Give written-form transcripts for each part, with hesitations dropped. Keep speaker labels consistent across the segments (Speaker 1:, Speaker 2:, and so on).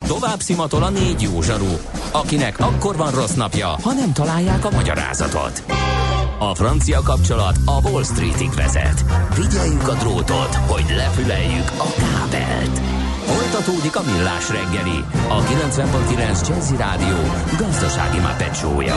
Speaker 1: Tovább szimatol a 4 jó zsaru, akinek akkor van rossz napja, ha nem találják a magyarázatot. A francia kapcsolat a Wall Streetig vezet. Figyeljük a drótot, hogy lefüleljük a kábelt. Folytatódik a Millás reggeli, a 90.9 Jazzy Rádió gazdasági mápecsója.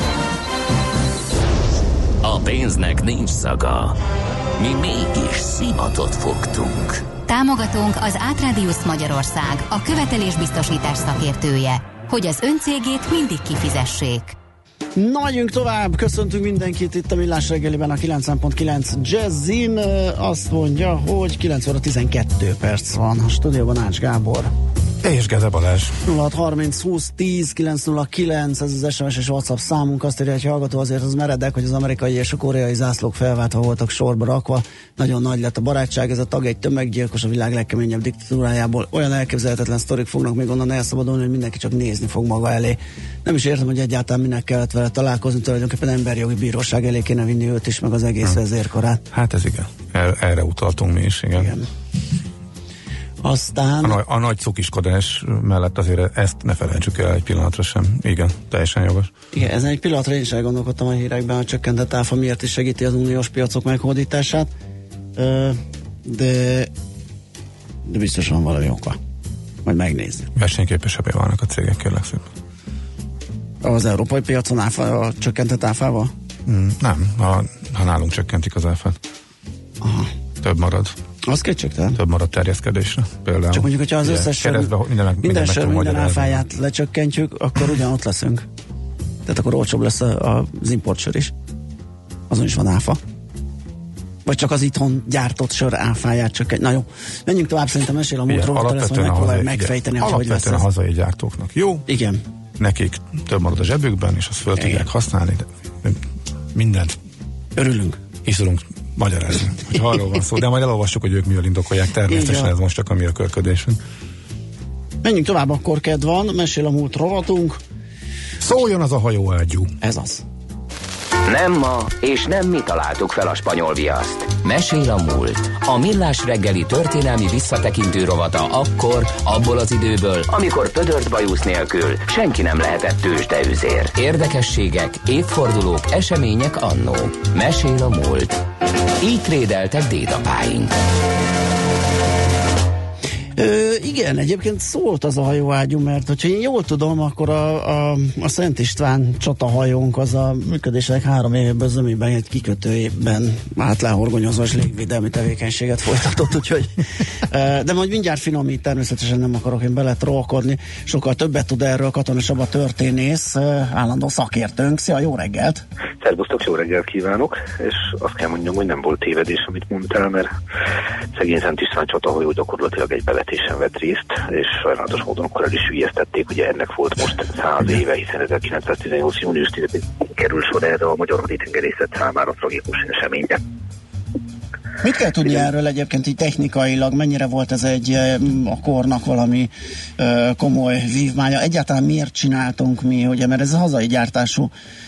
Speaker 1: A pénznek nincs szaga. Mi mégis szimatot fogtunk.
Speaker 2: Támogatónk az Átradius Magyarország, a követelésbiztosítás szakértője, hogy az öncégét mindig kifizessék.
Speaker 3: Nagyunk tovább, köszöntünk mindenkit itt a Millás reggeliben a 90.9 Jazzin. Azt mondja, hogy 9 óra 12 perc van a stúdióban Ács Gábor.
Speaker 4: És Gede Balázs.
Speaker 3: 0630 20 10 909, ez az SMS és WhatsApp számunk. Azt írja, hogy hallgató, azért az meredek, hogy az amerikai és a koreai zászlók felváltva voltak sorba rakva. Nagyon nagy lett a barátság, ez a tag egy tömeggyilkos a világ legkeményebb diktatúrájából. Olyan elképzelhetetlen sztorik fognak még onnan elszabadulni, hogy mindenki csak nézni fog maga elé. Nem is értem, hogy egyáltalán minek kellett vele találkozni, tulajdonképpen emberjogi bíróság elé kéne vinni őt is, meg az egész vezérkarát.
Speaker 4: Hát ez igen. Erre utaltunk mi is, igen.
Speaker 3: Aztán...
Speaker 4: A nagy cukiskodás mellett azért ezt ne felejtsük el egy pillanatra sem. Igen, teljesen jogos.
Speaker 3: Igen, ezen egy pillanatra én is elgondolkodtam a hírekben, a csökkentett áfa miért is segíti az uniós piacok meghódítását, de biztos van valami oka. Majd megnézni.
Speaker 4: Versenyképesebbé válnak a cégek, kérlek szépen.
Speaker 3: Az európai piacon a csökkentett áfával?
Speaker 4: Nem, ha nálunk csökkentik az áfát. Aha. Több marad.
Speaker 3: Az kétségtelen.
Speaker 4: Több marad terjeszkedésre, például.
Speaker 3: Csak mondjuk, hogyha az összes minden áfáját lecsökkentjük, akkor ugyanott leszünk. Tehát akkor olcsóbb lesz az importsör is. Azon is van áfa. Vagy csak az itthon gyártott sör áfáját csökkent. Na jó, menjünk tovább, szerintem mesél a múlt rovattal, ezt megpróbáljuk megfejteni, hogy lesz
Speaker 4: alapvetően a hazai gyártóknak jó.
Speaker 3: Igen.
Speaker 4: Nekik több marad a zsebükben, és azt föl tudják használni. Mindent.
Speaker 3: Örülünk.
Speaker 4: Iszolunk magyarázni, hogy arról van szó, de majd elolvassuk, hogy ők mivel indokolják, természetesen ez most csak a mi körködésünk.
Speaker 3: Menjünk tovább, akkor kedv van, mesél a múlt rovatunk.
Speaker 4: Szóljon az a hajóágyú.
Speaker 3: Ez az.
Speaker 1: Nem ma, és nem mi találtuk fel a spanyol viaszt. Mesél a múlt. A Millás reggeli történelmi visszatekintő rovata akkor, abból az időből, amikor pödört bajusz nélkül senki nem lehetett tőzsdeüzér. Érdekességek, évfordulók, események annó. Mesél a múlt. Így trédeltek dédapáink.
Speaker 3: Igen, egyébként szólt az a hajóágyú, mert hogyha én jól tudom, akkor a Szent István csatahajónk az a működések 3 évben zömében egy kikötőjében állt lehorgonyozva, és légvédelmi tevékenységet folytatott, úgyhogy de majd mindjárt finomít, természetesen nem akarok én beletrollkodni. Sokkal többet tud erről Katona Csaba történész, állandó szakértőnk. Szia, jó reggelt!
Speaker 5: Szerbusztok, jó reggelt kívánok, és azt kell mondjam, hogy nem volt tévedés, amit mondtál, mert szegény Szent István csatahajó gyakorlatilag egy bevetésen vett részt, és sajnálatos módon akkor el is hülyeztették, ugye ennek volt most 100 éve, hiszen 1918. június 10-én kerül sor erre a magyar haditengerészet számára tragikus eseményre.
Speaker 3: Mit kell tudni erről egyébként így technikailag? Mennyire volt ez a kornak valami komoly vívmánya? Egyáltalán miért csináltunk mi, ugye, mert ez a hazai gyártású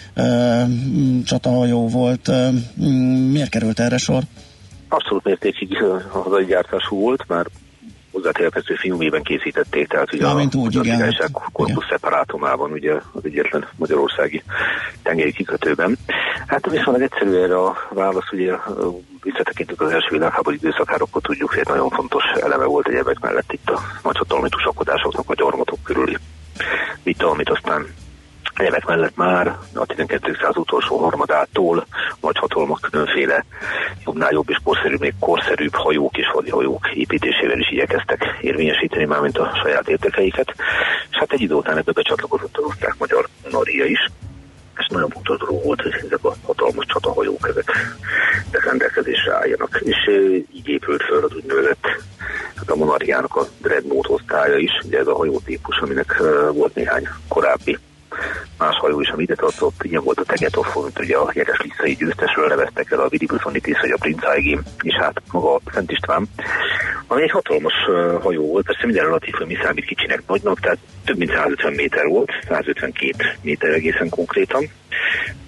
Speaker 3: csatahajó volt. Miért került erre sor?
Speaker 5: Abszolút mértékig a hazai gyártású volt, már hozzátelkező filmében készítették, tehát ugye a Királyság korpusz szeparátumában, ugye az egyetlen magyarországi tengeri kikötőben. Hát viszonylag egyszerű erre a válasz, ugye visszatekintünk az első világháború időszakára, akkor tudjuk, hogy egy nagyon fontos eleme volt egyebek mellett itt a nagyhatalmi tusakodásoknak, a gyarmatok körüli vita, amit aztán egyebek mellett már a 12. század utolsó harmadától nagyhatalmak különféle jobbnál jobb és még korszerűbb hajók és hadihajók építésével is igyekeztek érvényesíteni már, mint a saját értékeiket. És hát egy idő után ebbe becsatlakozott az osztrák-magyar monarchia is. És nagyon fontos dolog volt, hogy ezek a hatalmas csatahajók ezek rendelkezésre álljanak. És így épült föl az úgynevezett a monarchiának a dreadnought osztálya is, ugye ez a hajótípus, aminek volt néhány korábbi más hajó is, ami ide tartott, ilyen volt a Tegetov, mint ugye a jeges liszai győztesről neveztek el a Vidibusonitis, vagy a Prince Aigim, és hát maga a Szent István, ami egy hatalmas hajó volt, persze minden relatív, hogy mi számít kicsinek, nagynak, tehát több mint 150 méter volt, 152 méter egészen konkrétan.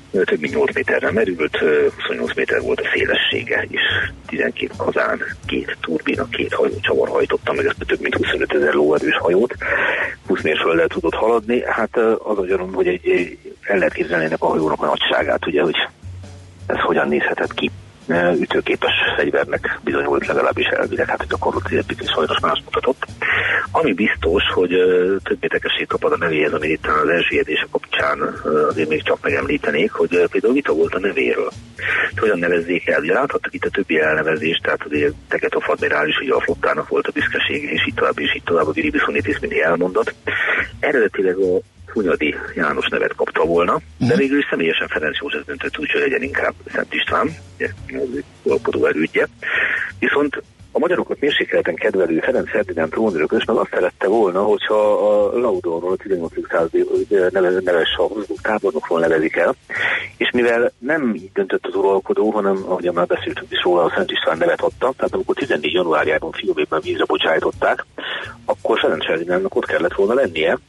Speaker 5: több mint 8 méterre merült, 28 méter volt a szélessége, és 12 kazán, 2 turbina, 2 hajócsavar hajtotta meg ezt a több mint 25 000 lóerős hajót. 20 mérfölddel tudott haladni. Hát az a gyanúm, hogy el lehet képzelni ennek a hajónak a nagyságát, ugye, hogy ez hogyan nézhetett ki. Ütőképes fegyvernek bizonyult legalábbis elvileg, hát hogy a korrupciót is sajnos más mutatott. Ami biztos, hogy több érdekesség kapad a nevéhez, amit itt az első edzése kapcsán azért még csak megemlítenék, hogy például vita volt a nevéről. Hogyan nevezzék el? Ugye láthattak itt a többi elnevezést, tehát azért Tegetov admirális, ugye a flottának volt a büszkesége, és így tovább a Viri Viszonitis mindig elmondott. Eredetileg a Hunyadi János nevet kapta volna, de végül is személyesen Ferenc József döntött úgy, hogy legyen inkább Szent István, az uralkodó erődje. Viszont a magyarokat mérsékelten kedvelő Ferenc Ferdinánd trónörökös meg azt szerette volna, hogyha a Laudonról, a 18. századi neves Habsburg tábornokról nevezik el, és mivel nem így döntött az uralkodó, hanem ahogy már beszéltünk is róla, a Szent István nevet adta, tehát amikor 14. januárjában Fiumében vízre bocsájtották, akkor Ferenc Ferdinándnak ott kellett volna lennie,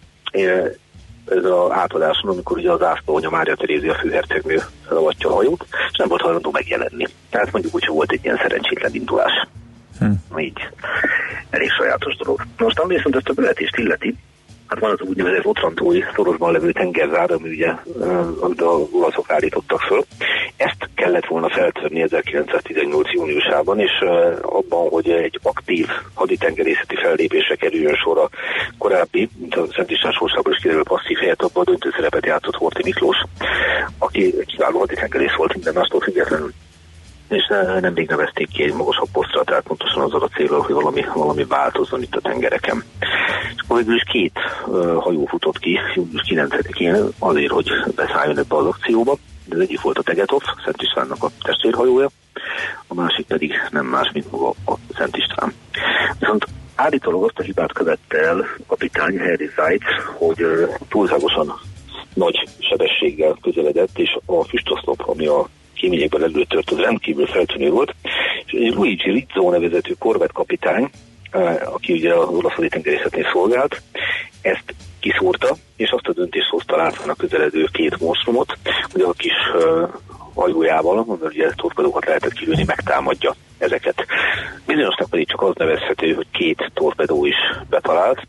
Speaker 5: ez az átadáson, amikor ugye az ászlóanya Mária Terézia főhercegnő felavatja a hajót, és nem volt hajlandó megjelenni. Tehát mondjuk úgy, hogy volt egy ilyen szerencsétlen indulás. Így elég sajátos dolog. Most ami viszont ezt a bevetést illeti, hát van az úgynevezett Otrantói szorosban levő tengerzár, ami ugye, amit az olaszok állítottak föl. Ezt kellett volna feltörni 1918. júniusában, és abban, hogy egy aktív haditengerészeti fellépésre kerüljön sor a korábbi, mint a Szent István sorsából is kiderül passzív helyett, abban a döntő szerepet játszott Horthy Miklós, aki kiváló haditengerész volt minden mástól függetlenül, és nemrég nevezték ki egy magasabb posztra, tehát pontosan azzal a célral, hogy valami változzon itt a tengereken. És akkor végül is 2 hajó futott ki június 9-én azért, hogy beszálljon ebbe az akcióba. Az egyik volt a Tegetov, Szent Istvánnak a testvérhajója, a másik pedig nem más, mint maga a Szent István. Viszont állítólag azt a hibát követte el a kapitány Harry Seitz, hogy túlságosan nagy sebességgel közeledett, és a füstoszlop, ami a kéményekben előtört, az rendkívül feltűnő volt, és egy Luigi Rizzo nevezetű korvettkapitány, aki ugye az olasz haditengerészetnél szolgált, ezt kiszúrta, és azt a döntést hozta látván a közeledő 2 monstrumot, hogy a kis hajójával, amivel ugye torpedókat lehetett kilőni, megtámadja ezeket. Bizonyosnak pedig csak az nevezhető, hogy 2 torpedó is betalált,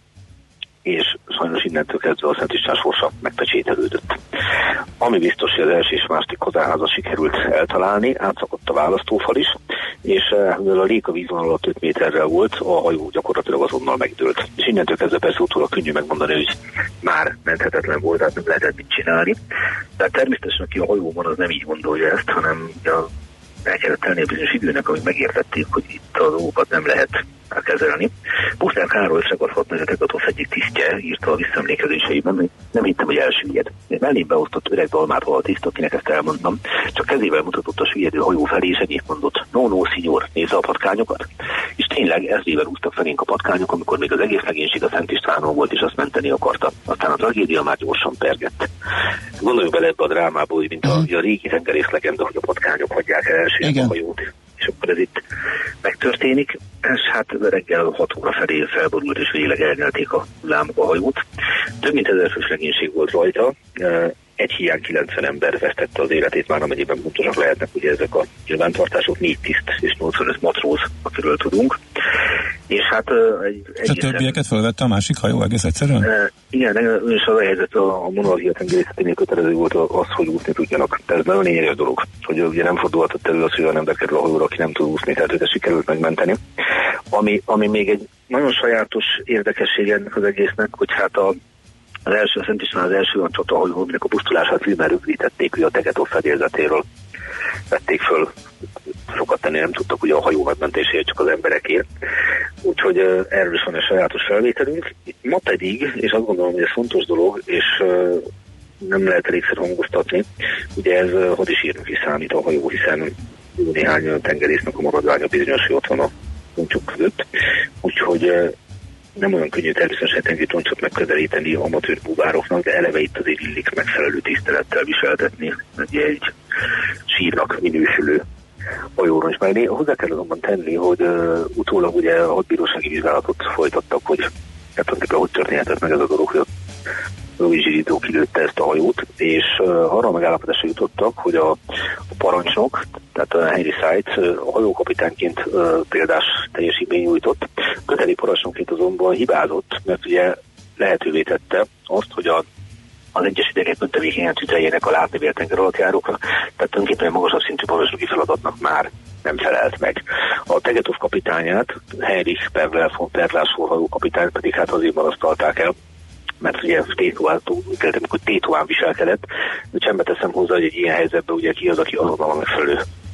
Speaker 5: és sajnos innentől kezdve a Szent István sorsa megpecsételődött. Ami biztos, hogy az első és második kazánházat sikerült eltalálni, átszakadt a választófal is, és mivel a lék a vízvonal alatt 5 méterrel volt, a hajó gyakorlatilag azonnal megdőlt. És innentől kezdve persze utólag könnyű megmondani, hogy már menthetetlen volt, tehát nem lehetett mit csinálni. Tehát természetesen, aki a hajóban, az nem így gondolja ezt, hanem el kellett tenni a bizonyos időnek, amíg megértették, hogy itt a dolgokat nem lehet elkezelni. Pusztán Károly Fregat-hadnagy, a Tegetov egyik tisztje írta a visszaemlékezéseiben, hogy nem hittem, hogy elsüllyed. Mellém beosztott öreg dalmától a tiszt, akinek ezt elmondtam, csak kezével mutatott a süllyedő hajó felé, és ennyit mondott: no, signor, nézze a patkányokat. És tényleg ezrével úsztak felénk a patkányok, amikor még az egész legénység a Szent Istvánon volt, és azt menteni akarta. Aztán a tragédia már gyorsan pergett. Gondoljuk bele ebbe a drámába, hogy mint a régi tengerész legenda, hogy a patkányok hagyják el elsüllyedni a hajót. És akkor ez itt megtörténik, és hát reggel 6 óra felé felborult, és végleg elnyelték a lámok a hajót. Több mint 1000 fős legénység volt rajta, egy hiány 90 ember vesztette az életét, már amennyiben pontosak lehetnek ugye ezek a nyilvántartások, 4 tiszt és 85 matróz, akiről tudunk. És hát
Speaker 4: és a többieket felvette a másik hajó egész egyszerűen?
Speaker 5: Igen, és az a helyzet, a monarchia tengerészeténél kötelező volt az, hogy úszni tudjanak. Ez nagyon lényeges dolog, hogy ugye nem fordulhatott elő az, hogy olyan ember kerül a hajóra, aki nem tud úszni, tehát őket sikerült megmenteni. Ami még egy nagyon sajátos érdekesség ennek az egésznek, hogy hát az első, a Szent István az első olyan csatahajó, aminek a pusztulását filmmel rögzítették, hogy a Tegetov fedélzetéről vették föl. Sokat tenni nem tudtak ugye a hajó megmentéséért, csak az emberekért. Úgyhogy erről is van egy sajátos felvételünk. Ma pedig, és azt gondolom, hogy ez fontos dolog, és nem lehet elégszer hangoztatni, ugye ez hadisírnöki számít a hajó, hiszen néhány tengerésznek a maradványa bizonyos, hogy ott van a poncsok között. Úgyhogy nem olyan könnyű természetesen tengeri toncsot megközelíteni amatőr búvároknak, de eleve itt azért illik megfelelő tisztelettel viseltetni egy sírnak minősülő hajóról is. Már hozzá kell azonban tenni, hogy utólag ugye a hadbírósági vizsgálatot folytattak, hogy hogy történhetett meg ez a dolog, hogy Luigi Rizzo kilőtte ezt a hajót, és arra a megállapodásra jutottak, hogy a parancsnok, tehát a Henry Sides a hajókapitányként példás teljesítmény nyújtott, köteli parancsnokként azonban hibázott, mert ugye lehetővé tette azt, hogy az egyes idegek tevékenyen tüzeljenek a látnivél tenger alattjárókra, tehát tulajdonképpen magasabb szintű parancsnoki feladatnak már nem felelt meg. A Tegetov kapitányát, Heinrich Perler von Perlás hajó kapitány pedig hát azért marasztalták el, mert ugye tétován viselkedett, de csembe teszem hozzá, hogy egy ilyen helyzetben ugye ki az, aki azonnal megfelelő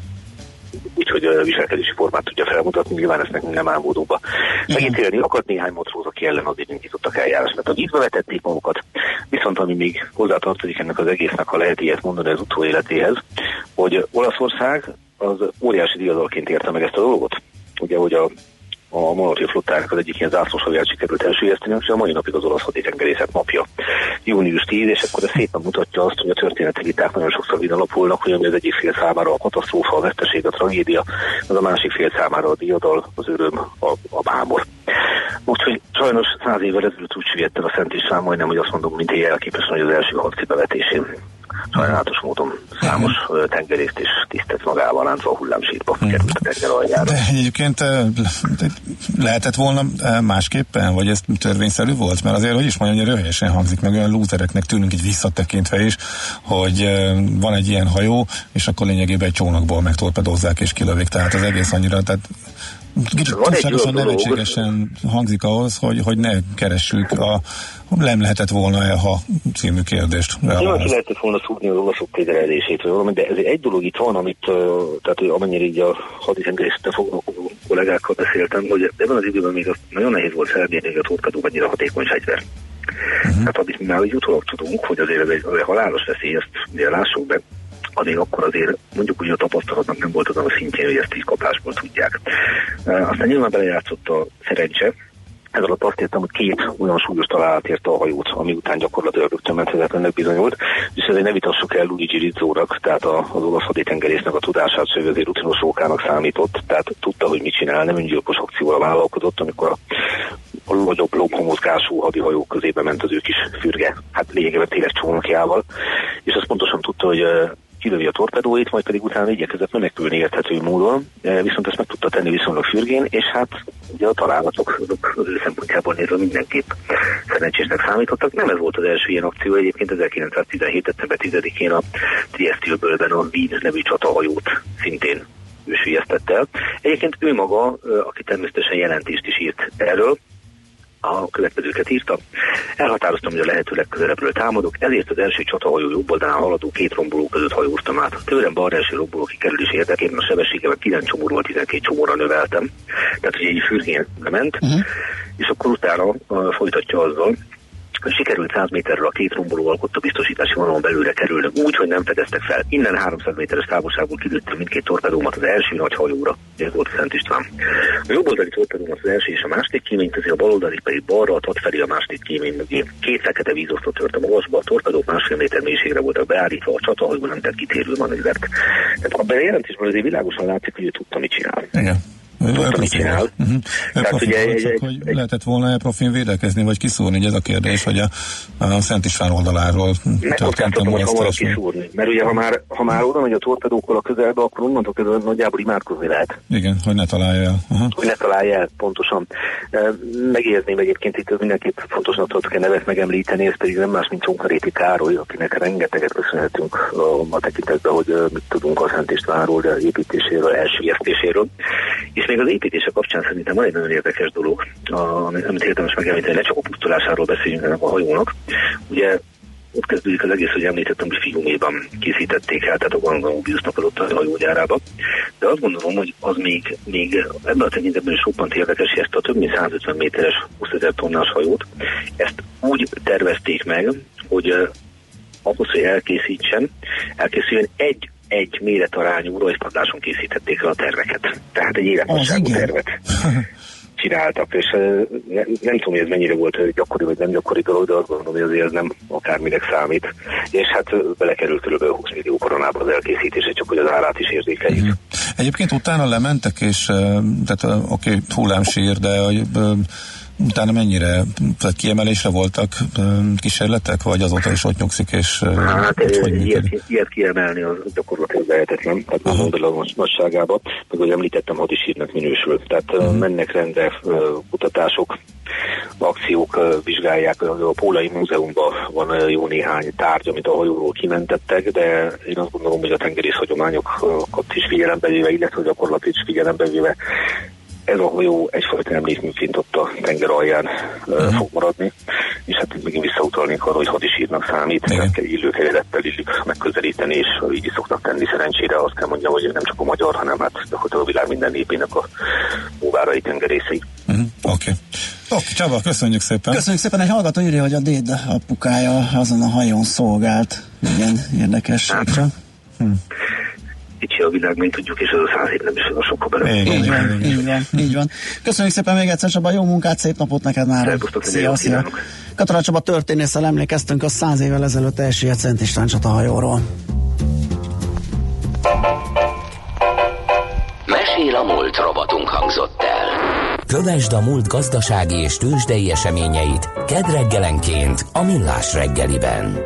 Speaker 5: úgyhogy a viselkedési formát tudja felmutatni, nyilván ezt nekünk nem álmodóba megítélni akart. Néhány matróz, aki ellen azért indítottak eljárás, mert a vízbe vetették magukat, viszont ami még hozzátartozik ennek az egésznek, ha lehet ilyet mondani az utóéletéhez, hogy Olaszország az óriási diadalként érte meg ezt a dolgot. Ugye, hogy a Monarchia flottának az egyik ilyen zászlóshajóját sikerült elsüllyeszteni, és a mai napig az olasz haditengerészet napja. Június 10, és akkor ez szépen mutatja azt, hogy a történeti viták nagyon sokszor alapulnak, hogy ami az egyik fél számára a katasztrófa, a veszteség, a tragédia, az a másik fél számára a diadal, az öröm, a bámor. Úgyhogy sajnos 100 évvel ezelőtt úgy süllyedt el a Szent István, majdnem, hogy azt mondom, mint egy elképesztő, hogy az első harci bevetésén sajnálatos módon számos tengerészt is tisztelt magával láncol a hullámsírba került a tenger aljára.
Speaker 4: De egyébként lehetett volna másképpen, vagy ez törvényszerű volt? Mert azért, hogy is mondjam, hogy röhelyesen hangzik, meg olyan lúzereknek tűnünk így visszatekintve is, hogy van egy ilyen hajó, és akkor lényegében egy csónakból megtorpedozzák és kilövik, tehát az egész annyira, tehát túlságosan nevetségesen hangzik ahhoz, hogy ne keressük nem lehetett volna ha című kérdést.
Speaker 5: Nyilván ki lehetett volna szúrni az olaszok kézzelelését, de ez egy dolog itt van, amit, tehát amennyire így a haditengerészeten foglalkozó kollégákkal beszéltem, hogy ebben az időben még nagyon nehéz volt felmérni, hogy a torpedó annyira hatékony fegyver. Hát amit mi már úgy utólag tudunk, hogy azért ez egy halálos veszély, ezt ugye lássuk be, azért akkor azért mondjuk úgy a tapasztalatnak nem volt azon a szintjén, hogy ezt így kapásból tudják. Aztán nyilván belejátszott a szerencse. Ez alatt azt értem, hogy 2 olyan súlyos találat érte a hajót, ami után gyakorlatilag rögtön menthetetlennek bizonyult, és ezért ne vitassuk el Luigi Rizzónak, tehát az olasz haditengerésznek a tudását, hogy azért rutinos rókának számított, tehát tudta, hogy mit csinál, nem öngyilkos akcióra vállalkozott, amikor a nagyobb lógomozgású hadihajók közébe ment az ő kis fürge, hát lényegében téles csónakjával, és azt pontosan tudta, hogy kilövi a torpedóit, majd pedig utána igyekezett menekülni érthető módon, viszont ezt meg tudta tenni viszonylag fürgén, és hát ugye a találatok az ő szempontjából nézve mindenképp szerencsésnek számítottak. Nem ez volt az első ilyen akció, egyébként 1917. december 10-én a Trieste-bőlben a Wien nevű csatahajót szintén ő sülyeztette el. Egyébként ő maga, aki természetesen jelentést is írt erről, a következőket írta. Elhatároztam, hogy a lehető legközelebbről támadok, ezért az első csatahajó jobb oldalán haladó 2 romboló között hajóztam át. Tőlem balra első romboló kikerülés érdekében a sebességemet 9 csomóról 12 csomóra növeltem. Tehát ugye egy fürgén lement, és akkor utána folytatja azzal, sikerült 100 méterről a 2 romboló alkotta biztosítási vonalon belőle kerülni úgy, hogy nem fedeztek fel. Innen 300 méteres távolságból kilőttem mindkét torpedómat az első nagy hajóra. Ez volt a Szent István. A jobb oldali torpedómat az első és a második kéményt teszi, a bal oldali pedig balra, a tat felé a második kémény mögé. 2 fekete vízoszló tört a magasba, a torpedók 1,5 méter mélységre voltak beállítva, a csatahajó nem tett kitérő manővert. Tehát abban a jelentésben azért világosan látszik, hogy ő tudta, mit csinál.
Speaker 4: Igen.
Speaker 5: Tudta, mit csinál.
Speaker 4: Hogy lehetett volna profin védekezni, vagy kiszúrni, hogy ez a kérdés, hogy a Szent István oldaláról
Speaker 5: megkockáztatom, hogy hamarabb kiszúrni. Mert ugye, ha már oda megy a torpedókkal a közelbe, akkor onnantól kezdve nagyjából imádkozni lehet.
Speaker 4: Igen, hogy ne találja el.
Speaker 5: Hogy ne találja el, pontosan. Megérzném egyébként itt mindenképp fontosnak tartok nevet megemlíteni, ez pedig nem más, mint Csonkaréti Károly, akinek rengeteget köszönhetünk a tekintetben, hogy mit tudunk a Szent Istvánról, építéséről, elsüllyesztéséről. És még az építése kapcsán szerintem van egy nagyon érdekes dolog, amit érdemes megemlíteni, ne csak a pusztulásáról beszéljünk ennek a hajónak. Ugye ott kezdődik az egész, hogy említettem, hogy Fiuméban készítették el, tehát a Gangan-Mobiusnak adott a hajógyárába. De azt gondolom, hogy az még ebben a tekintetben is roppant érdekes, hogy ezt a több mint 150 méteres 20 000 tonnás hajót, ezt úgy tervezték meg, hogy ahhoz, hogy elkészüljön egy méretarányú rajzpadláson készítették el a terveket. Tehát egy életnagyságú tervet csináltak, és nem tudom, hogy ez mennyire volt gyakori vagy nem gyakori dolog, de azt gondolom, hogy azért ez nem akárminek számít. És hát belekerült kb. 20 millió koronába az elkészítése, csak hogy az árát is érzékeljük.
Speaker 4: Egyébként utána lementek, és tehát oké, hullámsír, de utána mennyire kiemelésre voltak kísérletek, vagy azóta is ott nyugszik, és
Speaker 5: hát ilyet kiemelni az gyakorlatilag lehetetlen, tehát a nagyságában, meg ahogy említettem, hadisírnek minősül. Tehát mennek rendre kutatások, akciók vizsgálják, a Pólai Múzeumban van jó néhány tárgy, amit a hajóról kimentettek, de én azt gondolom, hogy a tengerész hagyományokat is figyelembe véve, illetve gyakorlat is figyelembe véve, ez a hajó egyfajta emlékműként ott a tenger alján fog maradni, és hát itt megint visszautalnék arra, hogy hadisírnak számít, tehát illő helyzettel is megközelíteni, és így is szoktak tenni. Szerencsére azt kell mondjam, hogy nem csak a magyar, hanem hát gyakorlatilag a világ minden népének a óvárai tengerészei.
Speaker 4: Oké, Csaba, köszönjük szépen.
Speaker 3: Köszönjük szépen, egy hallgató írja, hogy a déd apukája azon a hajón szolgált. Igen, érdekes.
Speaker 5: Kicsi a világ, mint tudjuk, és ez a 100 év nem is olyan sokkal bele.
Speaker 3: Így van. Köszönjük szépen még egyszer, Csaba, jó munkát, szép napot neked már. Szia. Katona Csaba történésszel emlékeztünk a 100 évvel ezelőtt elsüllyedt Szent István csatahajóról.
Speaker 1: Mesél a múlt robotunk hangzott el. Kövesd a múlt gazdasági és tőzsdei eseményeit kedd reggelenként a Millás reggeliben.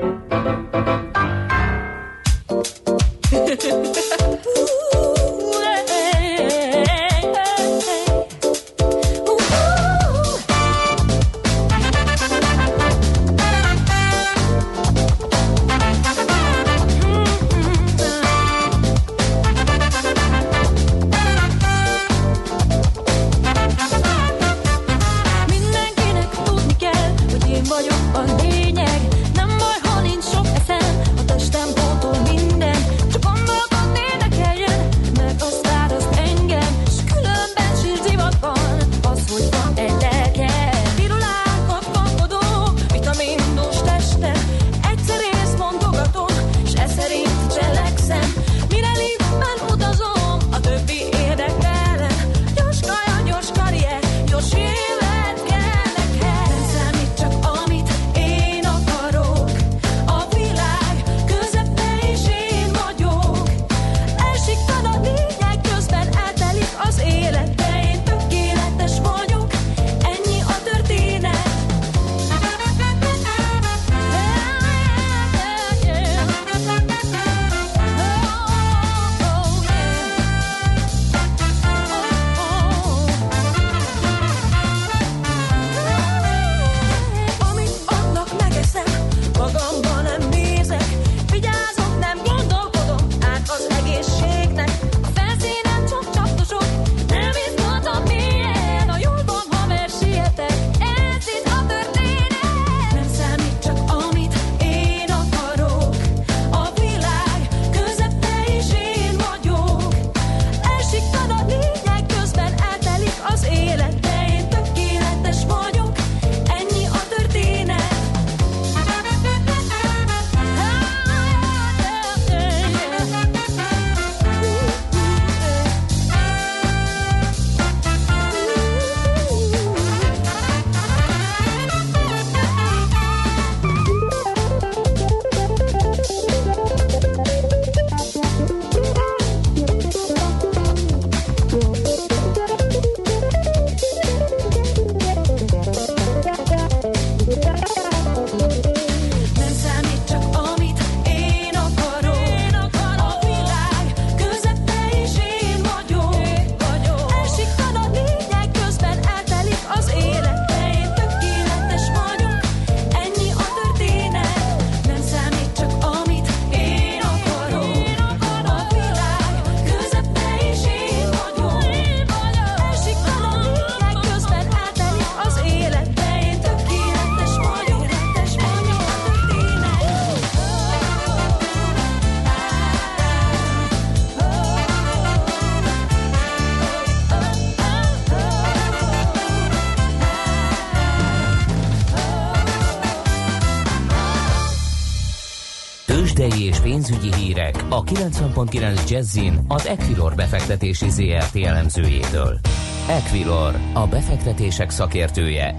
Speaker 1: Tőzsdei és pénzügyi hírek a 90.9 Jazzin az Equilor befektetési ZRT elemzőjétől. Equilor, a befektetések szakértője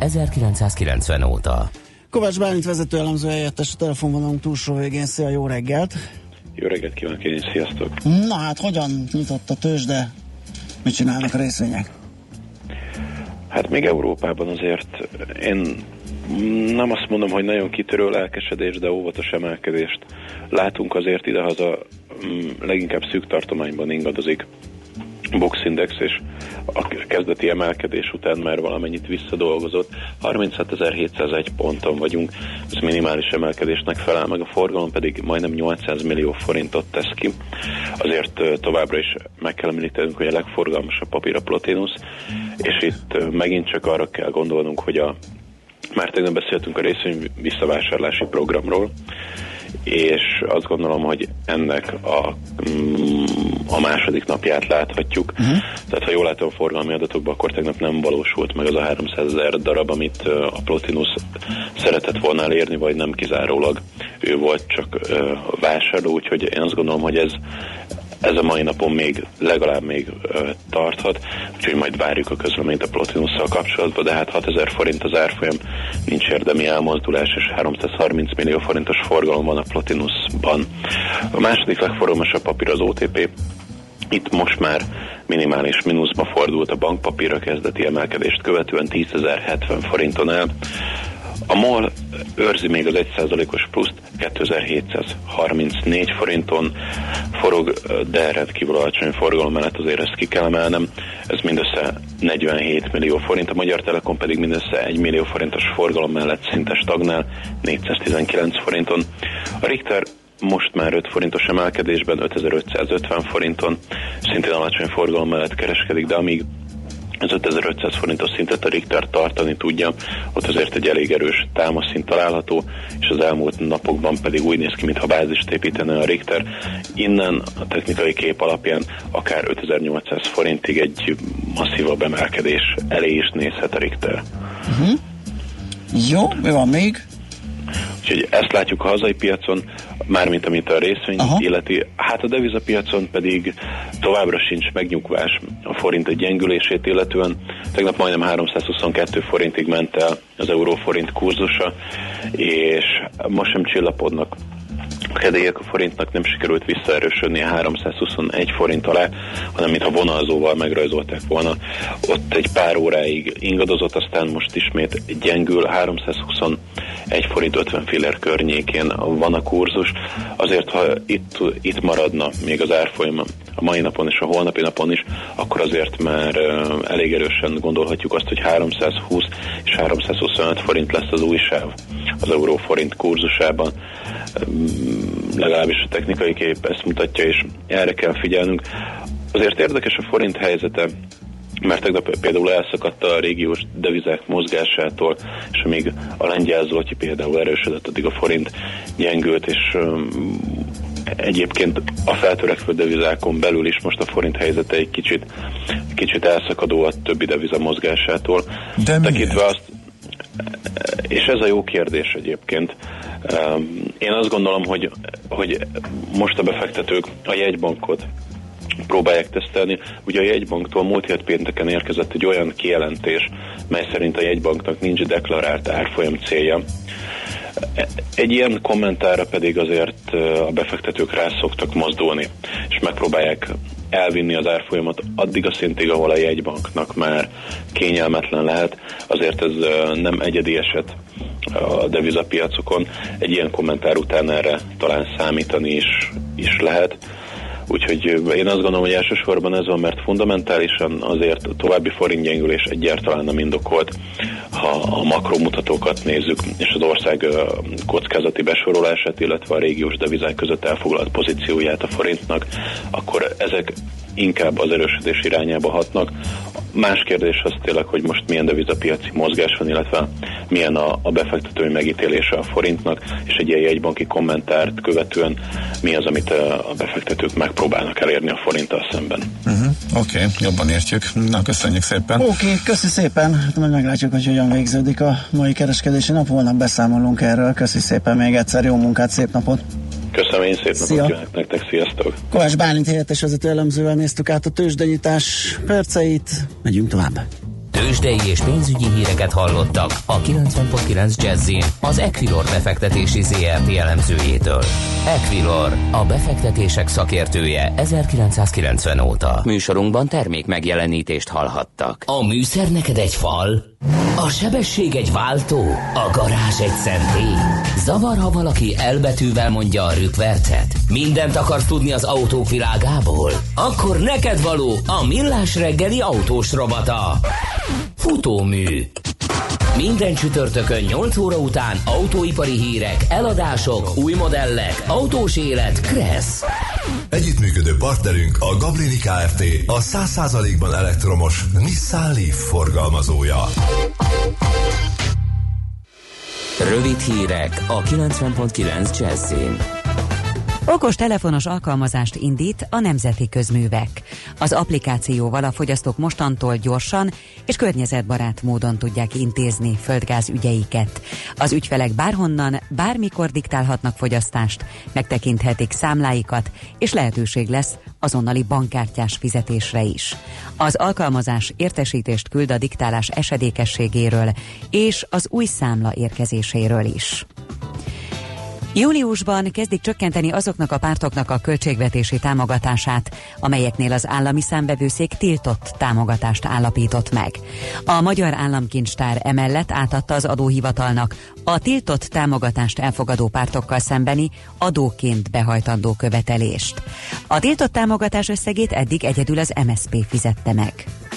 Speaker 1: 1990 óta.
Speaker 3: Kovács Bálint vezető elemző helyettes a telefonvonalunk túlsó végén. Szia, jó reggelt!
Speaker 6: Jó reggelt kívánok én is, sziasztok!
Speaker 3: Na hát, hogyan nyitott a tőzsde? Mit csinálnak a részvények?
Speaker 6: Hát még Európában azért én nem azt mondom, hogy nagyon kitörő lelkesedés, de óvatos emelkedést látunk azért idehaza, leginkább szűk tartományban ingadozik Bux Index, és a kezdeti emelkedés után már valamennyit visszadolgozott. 37.701 ponton vagyunk, ez minimális emelkedésnek felel meg, a forgalom pedig majdnem 800 millió forintot tesz ki. Azért továbbra is meg kell említenünk, hogy a legforgalmasabb papír a Plotinus, és itt megint csak arra kell gondolnunk, hogy már tegnap beszéltünk a részvény visszavásárlási programról, és azt gondolom, hogy ennek a második napját láthatjuk. Tehát ha jól látom a forgalmi adatokban, akkor tegnap nem valósult meg az a 300 000 darab, amit a Plotinus szeretett volna elérni, vagy nem kizárólag ő volt csak vásárló, úgyhogy én azt gondolom, hogy ez a mai napon legalább tarthat, úgyhogy majd várjuk a közleményt a Plotinusszal kapcsolatban, de hát 6000 forint az árfolyam, nincs érdemi elmozdulás, és 330 millió forintos forgalom van a Plotinusban. A második legforgalmasabb papír az OTP, itt most már minimális mínuszba fordult a bankpapír a kezdeti emelkedést követően 10.070 forinton el. A MOL őrzi még az 1%-os pluszt, 2734 forinton forog, de rendkívül alacsony forgalom mellett azért ezt ki kell emelnem. Ez mindössze 47 millió forint, a Magyar Telekom pedig mindössze 1 millió forintos forgalom mellett szinte stagnál, 419 forinton. A Richter most már 5 forintos emelkedésben, 5550 forinton, szintén alacsony forgalom mellett kereskedik, de amíg az 5500 forintos szintet a Richter tartani tudja, ott azért egy elég erős támaszszint található, és az elmúlt napokban pedig úgy néz ki, mintha bázist építene a Richter. Innen a technikai kép alapján akár 5800 forintig egy masszívabb emelkedés elé is nézhet a Richter.
Speaker 3: Jó, mi van még?
Speaker 6: Úgyhogy ezt látjuk a hazai piacon, mármint amit a részvény illeti. Hát a devizapiacon pedig továbbra sincs megnyugvás a forint gyengülését illetően. Tegnap majdnem 322 forintig ment el az euró-forint kurzusa, és most sem csillapodnak a kedélyek, a forintnak nem sikerült visszaerősödni a 321 forint alá, hanem mintha vonalzóval megrajzolták volna. Ott egy pár óráig ingadozott, aztán most ismét gyengül, 321 forint 50 fillér környékén van a kurzus. Azért, ha itt maradna még az árfolyam a mai napon és a holnapi napon is, akkor azért már elég erősen gondolhatjuk azt, hogy 320 és 325 forint lesz az új sáv az euró-forint kurzusában. Legalábbis a technikai kép ezt mutatja, és erre kell figyelnünk. Azért érdekes a forint helyzete, mert tegnap például elszakadt a régiós devizák mozgásától, és amíg a lengyel zloty például erősödött, addig a forint gyengült, és egyébként a feltörekvő devizákon belül is most a forint helyzete egy kicsit elszakadó a többi deviza mozgásától.
Speaker 4: De
Speaker 6: tekintve azt, és ez a jó kérdés egyébként. Én azt gondolom, hogy most a befektetők a jegybankot próbálják tesztelni. Ugye a jegybanktól múlt hét pénteken érkezett egy olyan kijelentés, mely szerint a jegybanknak nincs deklarált árfolyam célja. Egy ilyen kommentára pedig azért a befektetők rá szoktak mozdulni, és megpróbálják elvinni az árfolyamat addig a szintig, ahol a jegybanknak már kényelmetlen lehet. Azért ez nem egyedi eset a devizapiacokon. Egy ilyen kommentár után erre talán számítani is lehet. Úgyhogy én azt gondolom, hogy elsősorban ez van, mert fundamentálisan azért a további forintgyengülés egyáltalán nem indokolt. Ha a makromutatókat nézzük, és az ország kockázati besorolását, illetve a régiós devizák között elfoglalt pozícióját a forintnak, akkor ezek inkább az erősödés irányába hatnak. Más kérdés az tényleg, hogy most milyen devizapiaci mozgás van, illetve milyen a befektetői megítélése a forintnak, és egy ilyen jegybanki kommentárt követően mi az, amit a befektetők megpróbálnak elérni a forinttal szemben.
Speaker 4: Oké, jobban értjük. Na, köszönjük szépen.
Speaker 3: Oké, köszi szépen. Hát majd meglátjuk, hogy hogyan végződik a mai kereskedési nap. Holnap beszámolunk erről. Köszi szépen még egyszer. Jó munkát, szép napot.
Speaker 6: Köszönöm, én szép napot kívánok nektek, sziasztok!
Speaker 3: Kovács Bálint helyettes vezető elemzővel néztük át a tőzsdenyítás perceit, megyünk tovább.
Speaker 1: Tőzsdei és pénzügyi híreket hallottak a 90.9 Jazzin az Equilor befektetési ZRT elemzőjétől. Equilor, a befektetések szakértője 1990 óta. Műsorunkban termék megjelenítést hallhattak. A műszer neked egy fal, a sebesség egy váltó, a garázs egy szentély. Zavar, ha valaki elbetűvel mondja a rükvercet? Mindent akarsz tudni az autók világából? Akkor neked való a Millás reggeli autós rovata. Futómű. Minden csütörtökön 8 óra után autóipari hírek, eladások, új modellek, autós élet, Kressz.
Speaker 7: Együttműködő partnerünk a Gablini Kft. A 100%-ban elektromos Nissan Leaf forgalmazója.
Speaker 1: Rövid hírek a 90.9 Jazzin.
Speaker 8: Okos telefonos alkalmazást indít a Nemzeti Közművek. Az applikációval a fogyasztók mostantól gyorsan és környezetbarát módon tudják intézni földgáz ügyeiket. Az ügyfelek bárhonnan, bármikor diktálhatnak fogyasztást, megtekinthetik számláikat, és lehetőség lesz azonnali bankkártyás fizetésre is. Az alkalmazás értesítést küld a diktálás esedékességéről és az új számla érkezéséről is. Júliusban kezdik csökkenteni azoknak a pártoknak a költségvetési támogatását, amelyeknél az állami számvevőszék tiltott támogatást állapított meg. A Magyar Államkincstár emellett átadta az adóhivatalnak a tiltott támogatást elfogadó pártokkal szembeni adóként behajtandó követelést. A tiltott támogatás összegét eddig egyedül az MSZP fizette meg.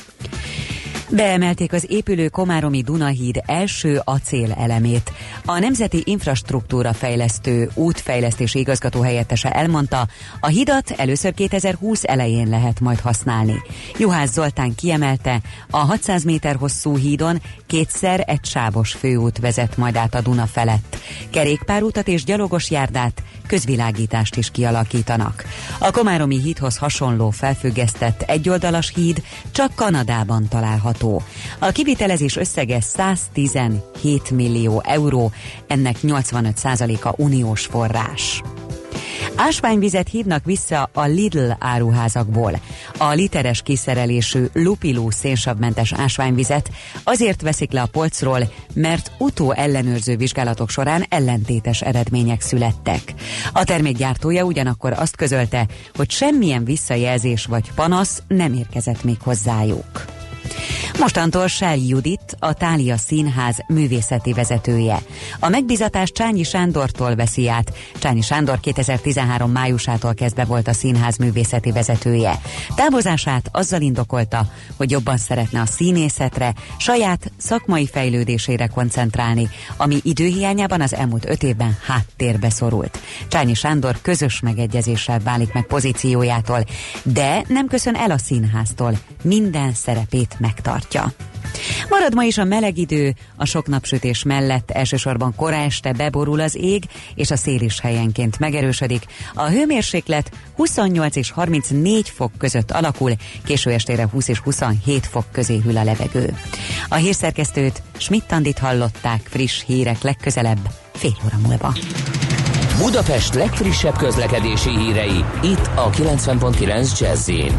Speaker 8: Beemelték az épülő komáromi Dunahíd első acélelemét. A Nemzeti Infrastruktúra Fejlesztő útfejlesztési igazgató helyettese elmondta, a hidat először 2020 elején lehet majd használni. Juhász Zoltán kiemelte, a 600 méter hosszú hídon kétszer egy sávos főút vezet majd át a Duna felett. Kerékpárútat és gyalogos járdát, közvilágítást is kialakítanak. A komáromi hídhoz hasonló felfüggesztett egyoldalas híd csak Kanadában található. A kivitelezés összege 117 millió euró, ennek 85%-a uniós forrás. Ásványvizet hívnak vissza a Lidl áruházakból. A literes kiszerelésű Lupilú szénsavmentes ásványvizet azért veszik le a polcról, mert utóellenőrző vizsgálatok során ellentétes eredmények születtek. A termék gyártója ugyanakkor azt közölte, hogy semmilyen visszajelzés vagy panasz nem érkezett még hozzájuk. Mostantól Sály Judit, a Thália Színház művészeti vezetője. A megbízatást Csányi Sándortól veszi át. Csányi Sándor 2013 májusától kezdve volt a színház művészeti vezetője. Távozását azzal indokolta, hogy jobban szeretne a színészetre, saját szakmai fejlődésére koncentrálni, ami időhiányában az elmúlt 5 évben háttérbe szorult. Csányi Sándor közös megegyezéssel válik meg pozíciójától, de nem köszön el a színháztól. Minden szerepét megtartja. Marad ma is a meleg idő, a sok napsütés mellett elsősorban kora este beborul az ég, és a szél is helyenként megerősödik. A hőmérséklet 28 és 34 fok között alakul, késő estére 20 és 27 fok közé hűl a levegő. A hírszerkesztőt, Schmidt-Andit hallották, friss hírek legközelebb, fél óra múlva.
Speaker 1: Budapest legfrissebb közlekedési hírei, itt a 90.9 Jazzin.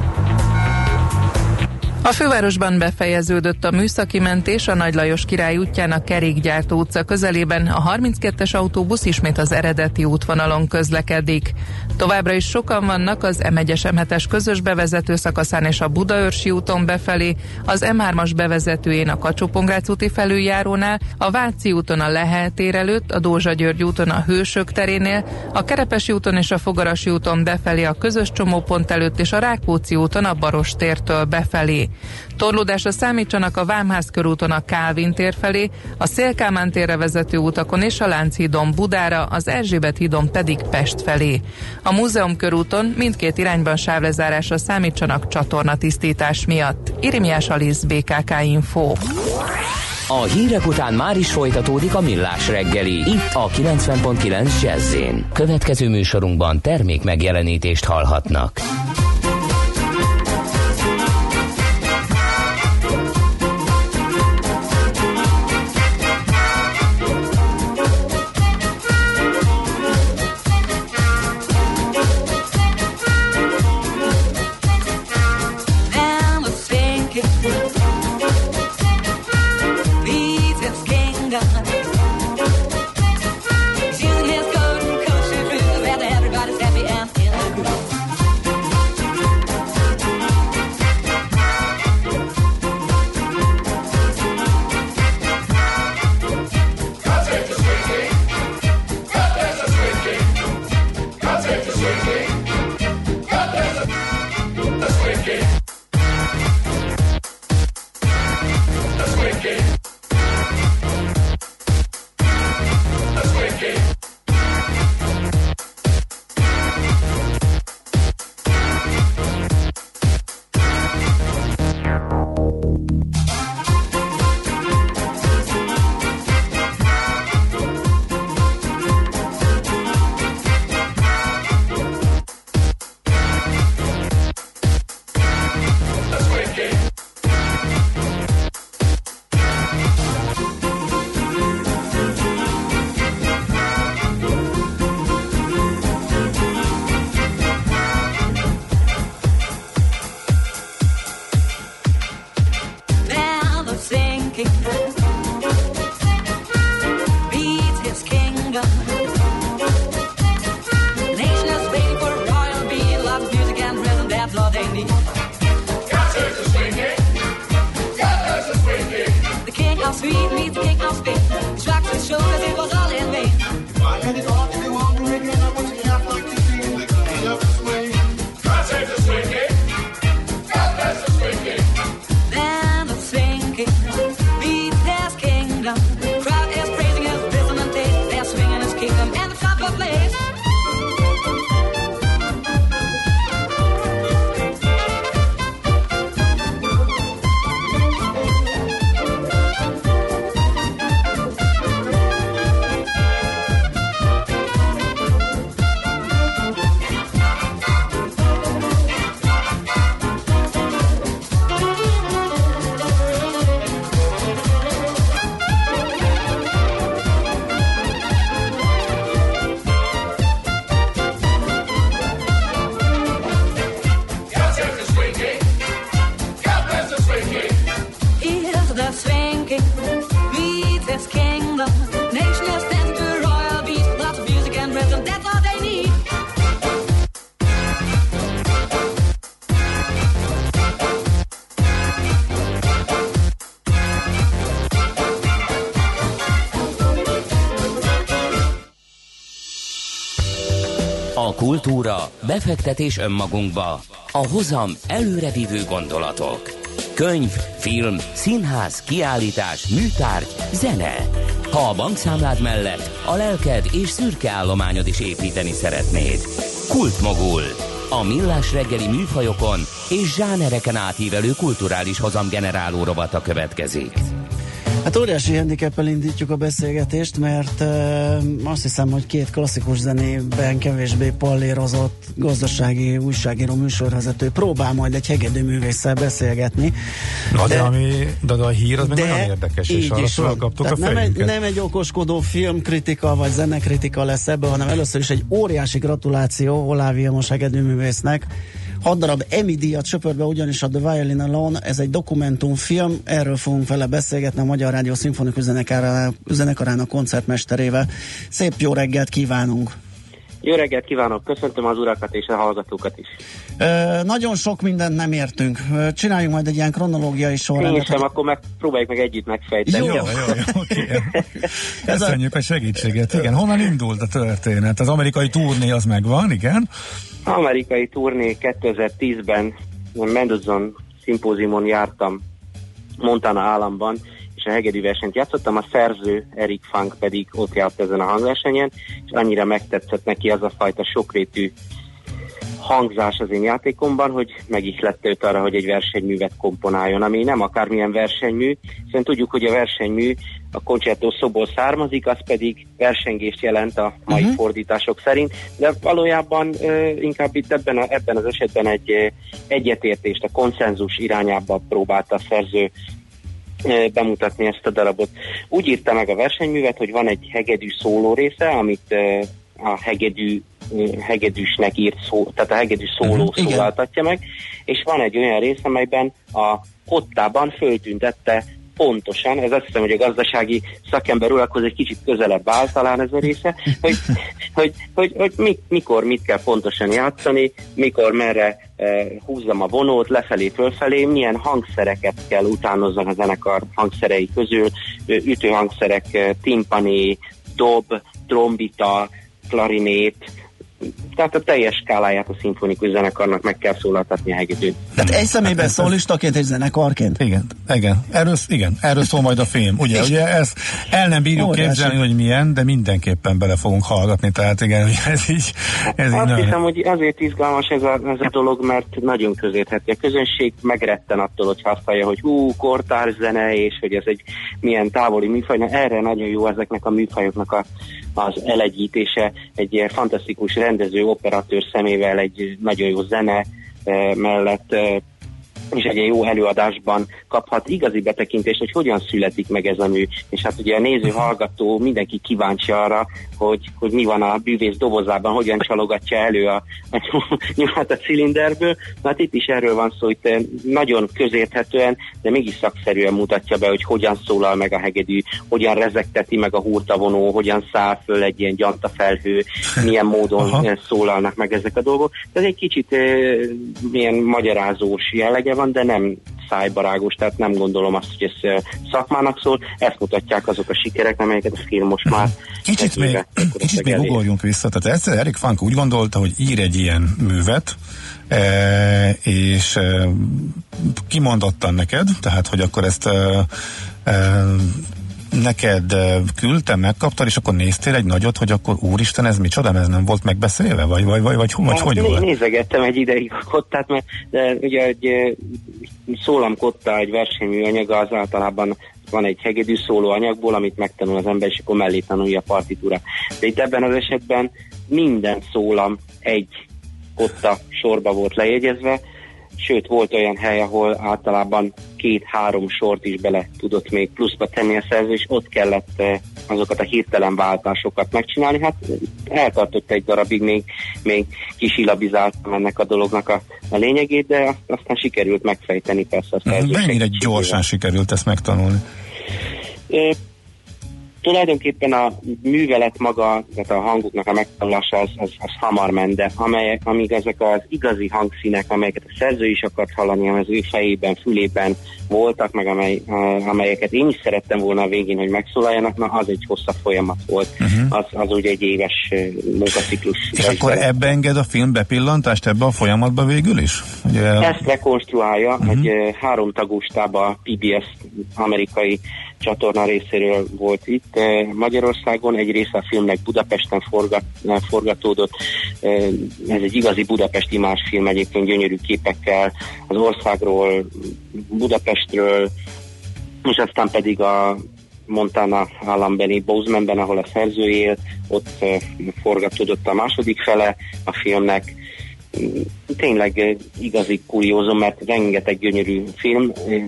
Speaker 9: A fővárosban befejeződött a műszaki mentés a Nagy Lajos Király útjának Kerékgyártó utca közelében, a 32-es autóbusz ismét az eredeti útvonalon közlekedik. Továbbra is sokan vannak az M1-es M7-es közös bevezető szakaszán és a Budaörsi úton befelé, az M3-as bevezetőjén a Kacsó-Pongrác úti felüljárónál, a Váci úton a Lehel tér előtt, a Dózsa-György úton a Hősök terénél, a Kerepesi úton és a Fogarasi úton befelé a közös csomópont előtt és a Rákóczi úton a Baross tértől befelé. Torlódásra számítsanak a Vámház körúton a Kálvin tér felé, a Széll-Kálmán térre vezető utakon és a Lánchídon Budára, az Erzsébet hídon pedig Pest felé. A Múzeum körúton mindkét irányban sávlezárásra számítsanak csatornatisztítás miatt. Irimiás Alisz, BKK Info.
Speaker 1: A hírek után már is folytatódik a Millás reggeli, itt a 90.9 Jazz-én. Következő műsorunkban termék megjelenítést hallhatnak.
Speaker 10: sweet meets king of Spain. His rock to show cause it was all in vain.
Speaker 11: If I had it all to do all over again, I would say I'd like to see the king of the swing. God save the swing king. God bless the swing king.
Speaker 10: Then the swing king beats his kingdom. Crowd is praising his rhythm and taste. They're swinging his kingdom and the trumpet plays.
Speaker 1: A kultúra, befektetés önmagunkba, a hozam előrevívő gondolatok. Könyv, film, színház, kiállítás, műtárgy, zene. Ha a bankszámlád mellett a lelked és szürke állományod is építeni szeretnéd. Kultmogul. A millás reggeli műfajokon és zsánereken átívelő kulturális hozamgeneráló rovata következik.
Speaker 3: Hát óriási handicappel indítjuk a beszélgetést, mert azt hiszem, hogy két klasszikus zenében kevésbé pallérozott gazdasági újságíró műsorvezető próbál majd egy hegedűművésszel beszélgetni.
Speaker 4: Na, de a hír az nagyon érdekes, és arra felkaptuk a fejünket.
Speaker 3: Nem egy okoskodó filmkritika vagy zenekritika lesz ebből, hanem először is egy óriási gratuláció Oláh Vilmos hegedűművésznek. 6 darab Emmy díjat söpört be ugyanis a The Violin Alone, ez egy dokumentumfilm, erről fogunk vele beszélgetni a Magyar Rádió Szimfonikus Zenekarának koncertmesterével. Szép jó reggelt kívánunk!
Speaker 12: Jó reggelt kívánok, köszöntöm az urakat és a hallgatókat is.
Speaker 3: Nagyon sok mindent nem értünk. Csináljunk majd egy ilyen kronológiai sorrendet.
Speaker 12: Én sem, akkor próbáljuk meg együtt megfejteni.
Speaker 4: Jó, oké. Köszönjük a segítséget. Igen, honnan indult a történet? Az amerikai turné az megvan, igen?
Speaker 12: Amerikai turné 2010-ben Mendelssohn szimpóziumon jártam Montana államban, és a hegedű versenyt játszottam, a szerző Eric Funk pedig ott járt ezen a hangversenyen, és annyira megtetszett neki az a fajta sokrétű hangzás az én játékomban, hogy megihlette őt arra, hogy egy versenyművet komponáljon, ami nem akármilyen versenymű, hiszen tudjuk, hogy a versenymű a concerto szóból származik, az pedig versengést jelent a mai fordítások szerint, de valójában inkább itt ebben az esetben egy egyetértést, a konszenzus irányába próbálta a szerző bemutatni ezt a darabot. Úgy írta meg a versenyművet, hogy van egy hegedű szóló része, amit a hegedűsnek írt szó, tehát a hegedű szóló szólaltatja meg, és van egy olyan rész, amelyben a kottában föltüntette pontosan, ez azt hiszem, hogy a gazdasági szakember urakhoz egy kicsit közelebb áll talán ez a része, hogy mikor mit kell pontosan játszani, mikor merre húzzam a vonót, lefelé, fölfelé, milyen hangszereket kell utánozzam a zenekar hangszerei közül, ütőhangszerek, timpani, dob, trombita, klarinét, tehát a teljes skáláját a szimfonikus zenekarnak meg kell szólaltatni a hegedűn.
Speaker 3: Tehát egy személyben szólistaként és zenekarként?
Speaker 4: Igen. Erről szól majd a film. Ugye ezt el nem bírjuk képzelni, hogy milyen, de mindenképpen bele fogunk hallgatni, tehát igen, ez így
Speaker 12: azt hiszem, hogy azért izgalmas ez a dolog, mert nagyon közérthető. A közönség megretten attól, hogy azt hallja, hogy kortárs zene, és hogy ez egy milyen távoli műfaj. Erre nagyon jó ezeknek a műfajoknak az elegyítése, egy fantasztikus rendező, operatőr szemével, egy nagyon jó zene mellett, és egy jó előadásban kaphat igazi betekintést, hogy hogyan születik meg ez a mű. És hát ugye a néző, hallgató, mindenki kíváncsi arra, hogy mi van a bűvész dobozában, hogyan csalogatja elő a nyulat a cilinderből. Hát itt is erről van szó, itt nagyon közérthetően, de mégis szakszerűen mutatja be, hogy hogyan szólal meg a hegedű, hogyan rezegteti meg a hurtavonó, hogyan száll föl egy ilyen gyantafelhő, milyen módon szólalnak meg ezek a dolgok. Ez egy kicsit milyen magyarázós jellege van, de nem szájbarágos, tehát nem gondolom azt, hogy ez szakmának szól, ezt mutatják azok a sikerek, amelyeket a film most már
Speaker 4: kicsit még ugorjunk vissza, tehát egyszer Erik Funk úgy gondolta, hogy ír egy ilyen művet, és kimondottan neked, tehát hogy akkor ezt neked küldtem, megkaptad, és akkor néztél egy nagyot, hogy akkor úristen, ez micsoda, ez nem volt megbeszélve? Vagy hogy volt?
Speaker 12: Nézegettem egy ideig a kottát, mert ugye egy szólamkotta, egy versenyműanyaga, az általában van egy hegedű szóló anyagból, amit megtanul az ember, és akkor mellé tanulja a partitúra. De itt ebben az esetben minden szólam egy kotta sorba volt lejegyezve, sőt volt olyan hely, ahol általában 2-3 sort is bele tudott még pluszba tenni a szerző, és ott kellett azokat a hirtelen váltásokat megcsinálni. Hát eltartott egy darabig, még kisilabizáltam ennek a dolognak a lényegét, de aztán sikerült megfejteni persze a szerzőség.
Speaker 4: Mennyire gyorsan sikerült ezt megtanulni?
Speaker 12: Tulajdonképpen a művelet maga, tehát a hangoknak a megtanulása az hamar ment, de amíg ezek az igazi hangszínek, amelyeket a szerző is akart hallani, az ő fejében, fülében voltak, meg amelyeket én is szerettem volna a végén, hogy megszólaljanak, na az egy hosszabb folyamat volt. Az ugye egy éves munkaciklus.
Speaker 4: És akkor ebbe enged a film bepillantást ebbe a folyamatba végül is?
Speaker 12: Ugye... Ezt rekonstruálja, egy 3 tagú stáb a PBS amerikai csatorna részéről volt itt Magyarországon, egy része a filmnek Budapesten forgatódott, ez egy igazi budapesti imázsfilm, egyébként gyönyörű képekkel az országról, Budapestről, és aztán pedig a Montana állambeli Bozemanben, ahol a szerző él, ott forgatódott a második fele a filmnek. Tényleg igazi kuriózum, mert rengeteg gyönyörű film,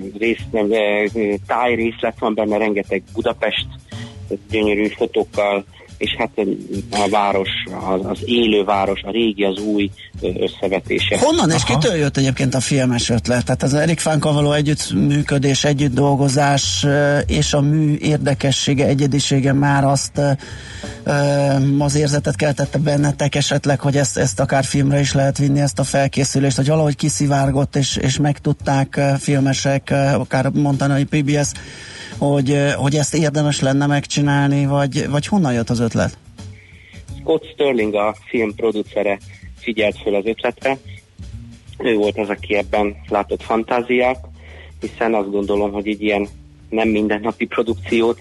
Speaker 12: tájrészlet van benne, rengeteg Budapest gyönyörű fotókkal, és hát a város, az élő város, a régi, az új összevetése.
Speaker 3: Honnan és kitől jött egyébként a filmes ötlet? Tehát az Erik Funkkal való együttműködés, együttdolgozás és a mű érdekessége, egyedisége már azt az érzetet keltette bennetek esetleg, hogy ezt akár filmre is lehet vinni, ezt a felkészülést, hogy valahogy kiszivárgott és megtudták filmesek, akár Montana PBS, hogy ezt érdemes lenne megcsinálni, vagy honnan jött az ötlet?
Speaker 12: Scott Sterling, a film producere figyelt föl az ötletre. Ő volt az, aki ebben látott fantáziát, hiszen azt gondolom, hogy egy ilyen nem mindennapi produkciót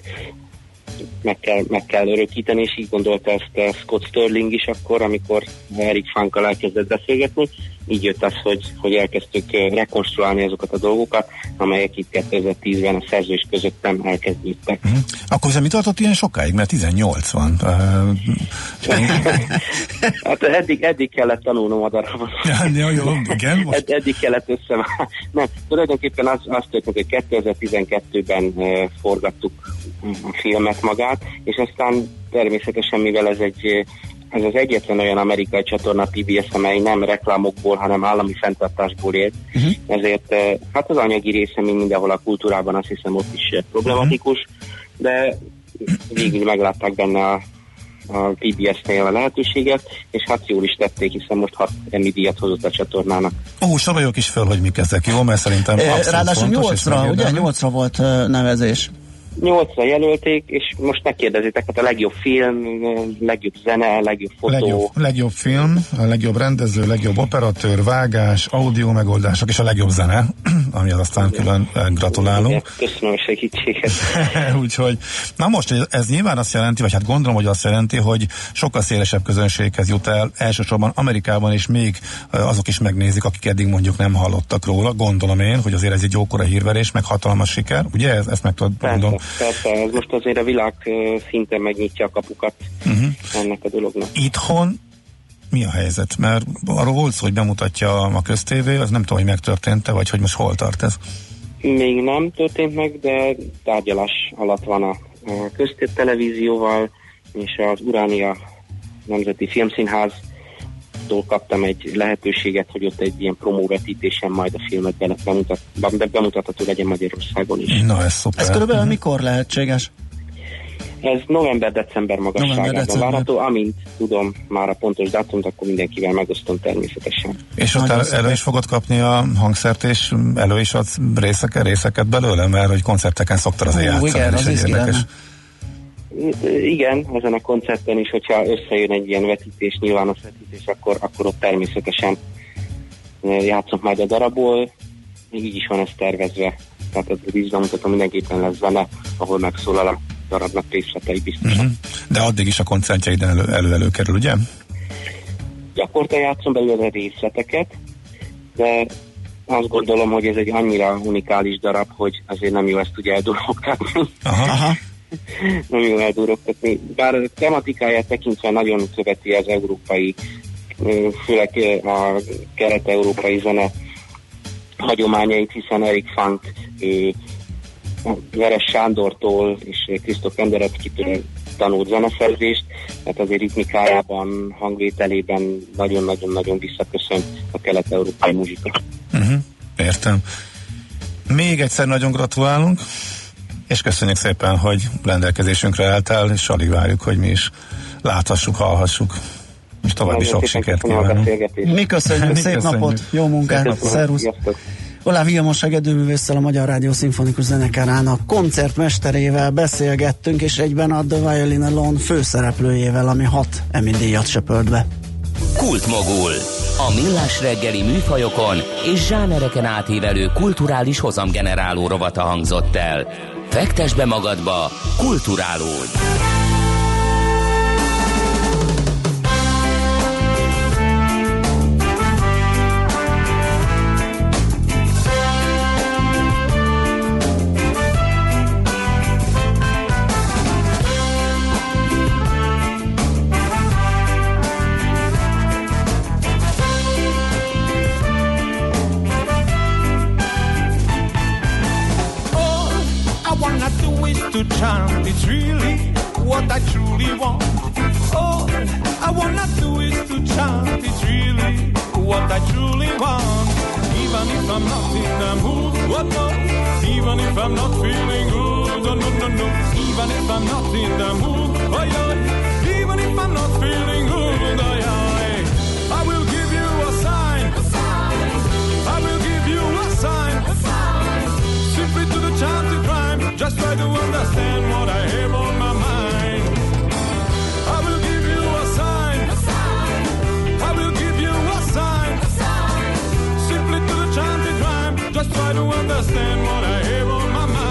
Speaker 12: meg kell örökíteni, és így gondolta ezt Scott Sterling is akkor, amikor Erik Funkkal elkezdett beszélgetni. Így jött az, hogy elkezdtük rekonstruálni azokat a dolgokat, amelyek itt 2010-ben a szerzős között nem elkezdődtek.
Speaker 4: Akkor mi tartott ilyen sokáig? Mert 18 van.
Speaker 12: Hát eddig kellett tanulnom a darabot.
Speaker 4: Ja, jó, igen.
Speaker 12: Most... Eddig kellett Nem, tulajdonképpen az történt, hogy 2012-ben forgattuk a filmet magát, és aztán természetesen, mivel ez az egyetlen olyan amerikai csatorna PBS, amely nem reklámokból, hanem állami fenntartásból élt. Ezért hát az anyagi része mindenhol a kultúrában azt hiszem ott is problematikus, de végül meglátták benne a PBS-nél a lehetőséget, és hát jól is tették, hiszen most 6 Emmy díjat hozott a csatornának.
Speaker 4: Soroljuk is fel, hogy mik ezek, jó? Mert szerintem
Speaker 3: ráadásul 8-ra volt nevezés.
Speaker 12: 8-ra jelölték, és most megkérdezitek, hát a legjobb film, legjobb zene, legjobb fotó.
Speaker 4: Legjobb film, a legjobb rendező, legjobb operatőr, vágás, audio megoldások, és a legjobb zene, ami aztán külön gratulálunk.
Speaker 12: Köszönöm a segítséget.
Speaker 4: Úgyhogy, na most ez nyilván azt jelenti, vagy hát gondolom, hogy azt jelenti, hogy sokkal szélesebb közönséghez jut el, elsősorban Amerikában, és még azok is megnézik, akik eddig mondjuk nem hallottak róla. Gondolom én, hogy azért ez egy jókora hírverés, meg hatalmas siker. Ugye ezt meg tudod mondani?
Speaker 12: Persze, ez most azért a világ szinten megnyitja a kapukat ennek a dolognak.
Speaker 4: Itthon mi a helyzet? Mert arról volt szó, hogy bemutatja a köztévé, az nem tudom, hogy megtörtént-e, vagy hogy most hol tart ez?
Speaker 12: Még nem történt meg, de tárgyalás alatt van a köztelevízióval, és az Uránia Nemzeti Filmszínháztól kaptam egy lehetőséget, hogy ott egy ilyen promóvetítésen majd a filmet bemutatható legyen Magyarországon is.
Speaker 4: Na, ez szuper.
Speaker 3: Ez körülbelül mikor lehetséges?
Speaker 12: Ez november-december magasságában várható, amint tudom már a pontos dátumot, akkor mindenkivel megosztom természetesen.
Speaker 4: És ott elő is fogod kapni a hangszert, és elő is adsz részeket belőle, mert hogy koncerteken szoktad azért játszani,
Speaker 3: igen, az
Speaker 4: érdekes.
Speaker 12: Igen, ezen a koncerten is, hogyha összejön egy ilyen vetítés, nyilvános vetítés, akkor ott természetesen játszom majd a darabból, így is van ez tervezve. Tehát ez vízbemutató mindenképpen lesz zene, ahol megszólal a darabnak részletei biztosan.
Speaker 4: De addig is a koncertjeiden elő-kerül, ugye?
Speaker 12: Gyakorta játszom belőle részleteket, de azt gondolom, hogy ez egy annyira unikális darab, hogy azért nem jó ezt ugye eldurogtatni.
Speaker 3: Aha.
Speaker 12: Nem jó eldurogtatni. Bár a tematikáját tekintve nagyon követi az európai, főleg a kelet-európai zene hagyományait, hiszen Erik Funk Veres Sándortól és Krisztóf Pendereckitől tanult zeneszerzést, tehát azért ritmikájában, hangvételében nagyon-nagyon-nagyon visszaköszön a kelet-európai muzsika.
Speaker 4: Értem. Még egyszer nagyon gratulálunk, és köszönjük szépen, hogy rendelkezésünkre álltál, és alig várjuk, hogy mi is láthassuk, hallhassuk. És további sok sikert kívánunk.
Speaker 3: Mi köszönjük, szép napot, jó munkát, szervusz! Olá Vilmos segedőművésszel, a Magyar Rádió Szimfonikus Zenekarának koncertmesterével beszélgettünk, és egyben a The Violin Alone főszereplőjével, ami 6 Emmy-díjat söpört be.
Speaker 1: Kultmogul. A millás reggeli műfajokon és zsánereken átívelő kulturális hozamgeneráló rovata hangzott el. Fektesd be magadba, kulturálódj!
Speaker 11: To chant, it's really what I truly want. All I wanna do is to chant, it's really what I truly want. Even if I'm not in the mood, what no? Even if I'm not feeling good, oh, no. Even if I'm not in the mood, oh, yeah. Even if I'm not feeling good, oh, yeah. I will give you a sign. I will give you a sign. Simply to the chanted rhyme. Just try to understand what I have on my mind. I will give you a sign. I will give you a sign. Simply to the chanted rhyme. Just try to understand what I have on my mind.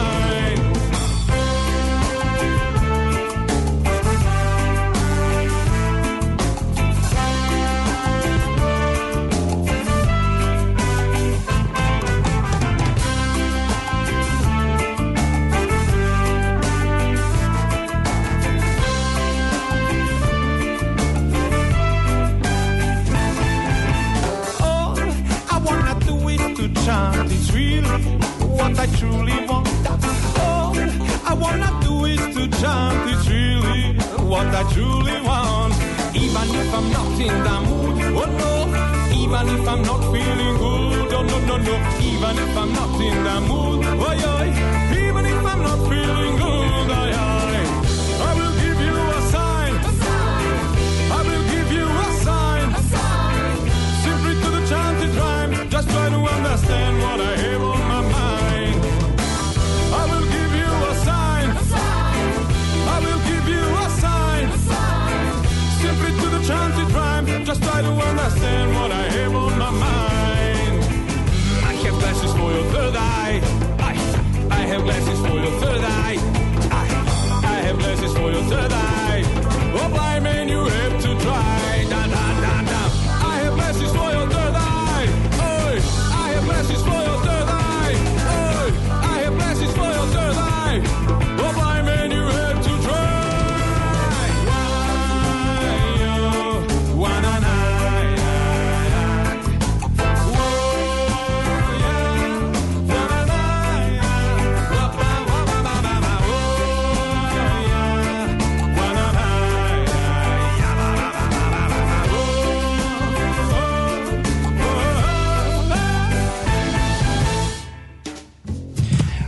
Speaker 11: Chant is really what I truly want. All I wanna do is to chant. It's really what I truly want. Even if I'm not in the mood, oh no. Even if I'm not feeling good, oh no. Even if I'm not in the mood, oh yeah. Even if I'm not feeling good, oh yeah. I will give you a sign. I will give you a sign. Simply to the chanted rhyme. Just try to understand what I have on my mind. I will give you a sign. I will give you a sign. Simply to the chanted rhyme. Just try to understand what I have on my mind. I have glasses for your third eye. I have glasses for your third eye. I have glasses for your third eye. Oh, blind man, you have to try. Da, da, da, da. I have glasses for your third eye. I have glasses for your third eye. I have glasses for your third eye. Oh, blind man, you have to try.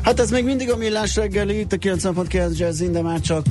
Speaker 3: Hát ez még mindig a Millás reggeli, itt a 90.9 Jazzin, de már csak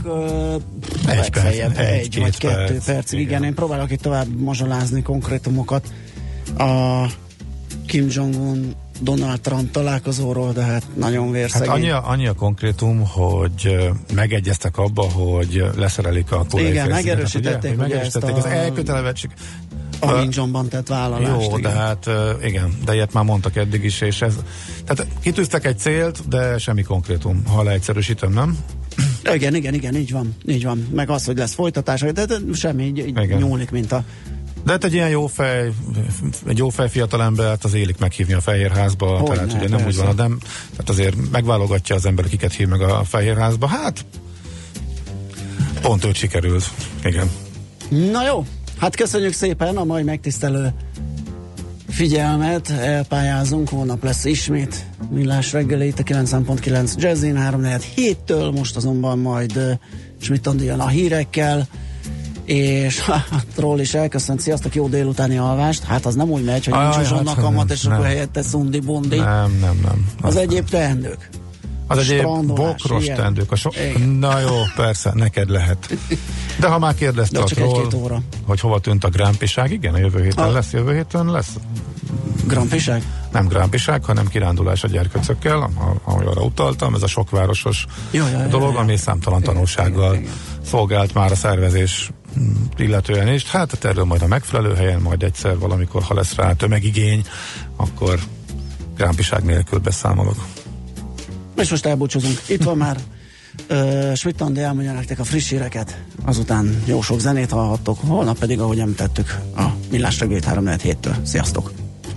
Speaker 3: egy vagy kettő percig. Igen, én próbálok itt tovább mazsolázni konkrétumokat a Kim Jong-un Donald Trump találkozóról, de hát nagyon vérszegény.
Speaker 4: Hát annyi a konkrétum, hogy megegyeztek abba, hogy leszerelik a koreai
Speaker 3: igen, megerősítették,
Speaker 4: hogy az elkötelezettség.
Speaker 3: A Minjongban tett vállalást.
Speaker 4: Jó, igen. De hát igen, de ilyet már mondtak eddig is, és ez, tehát kitűztek egy célt, de semmi konkrétum, ha leegyszerűsítem, nem?
Speaker 3: Igen, így van. Meg az, hogy lesz folytatás, de semmi, így nyúlik, mint a...
Speaker 4: De hát egy ilyen jó fej fiatalembert az élik meghívni a Fehérházba, tehát ugye nem úgy van, tehát azért megválogatja az ember, kiket hív meg a Fehérházba, hát pont őt sikerült, igen.
Speaker 3: Na jó, hát köszönjük szépen a mai megtisztelő figyelmet, elpályázunk, holnap lesz ismét Millás reggeli, itt a 90.9 Jazzin, 3-4-7-től, most azonban majd Schmidt-Andi jön a hírekkel, és ról is elköszönt, sziasztok, jó délutáni alvást, hát az nem úgy megy, hogy nincs uzsonnak kamat, és akkor helyette szundi-bundi.
Speaker 4: Nem.
Speaker 3: Az egyéb teendők.
Speaker 4: Az egyéb bokros teendők. Na jó, persze, neked lehet. De ha már kérdezte a troll, hogy hova tűnt a grámpiság, igen, a jövő héten lesz.
Speaker 3: Grámpiság?
Speaker 4: Nem grámpiság, hanem kirándulás a gyerkőcökkel, ahogy arra utaltam, ez a sokvárosos dolog, ami számtalan tanulsággal szolgált már a szervezés illetően is. Hát erről majd a megfelelő helyen, majd egyszer valamikor, ha lesz rá tömegigény, akkor grámpiság nélkül beszámolok.
Speaker 3: És most elbúcsúzunk. Itt van már Schmidt-Andi elmondja nektek a friss híreket, azután jó sok zenét hallhattok, holnap pedig, ahogy említettük, a Millás reggelyt 3-4-7-től. Sziasztok!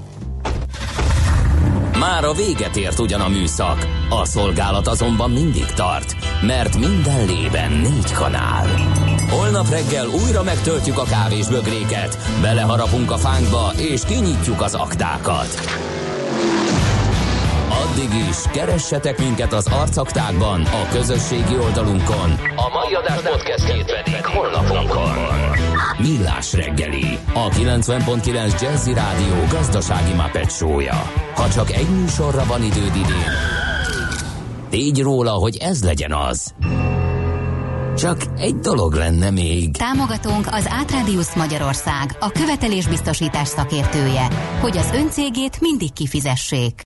Speaker 1: Már a véget ért ugyan a műszak, a szolgálat azonban mindig tart, mert minden lében 4 kanál. Holnap reggel újra megtöltjük a kávésbögréket, beleharapunk a fánkba és kinyitjuk az aktákat. Addig is keressetek minket az arcaktákban, a közösségi oldalunkon. A mai adás podcastjét pedig honlapunkon. Millás reggeli, a 90.9 Jazzy Rádió gazdasági Muppet show-ja. Ha csak egy műsorra van időd idén, tégy róla, hogy ez legyen az. Csak egy dolog lenne még.
Speaker 2: Támogatónk az Átradius Magyarország, a követelésbiztosítás szakértője, hogy az öncégét mindig kifizessék.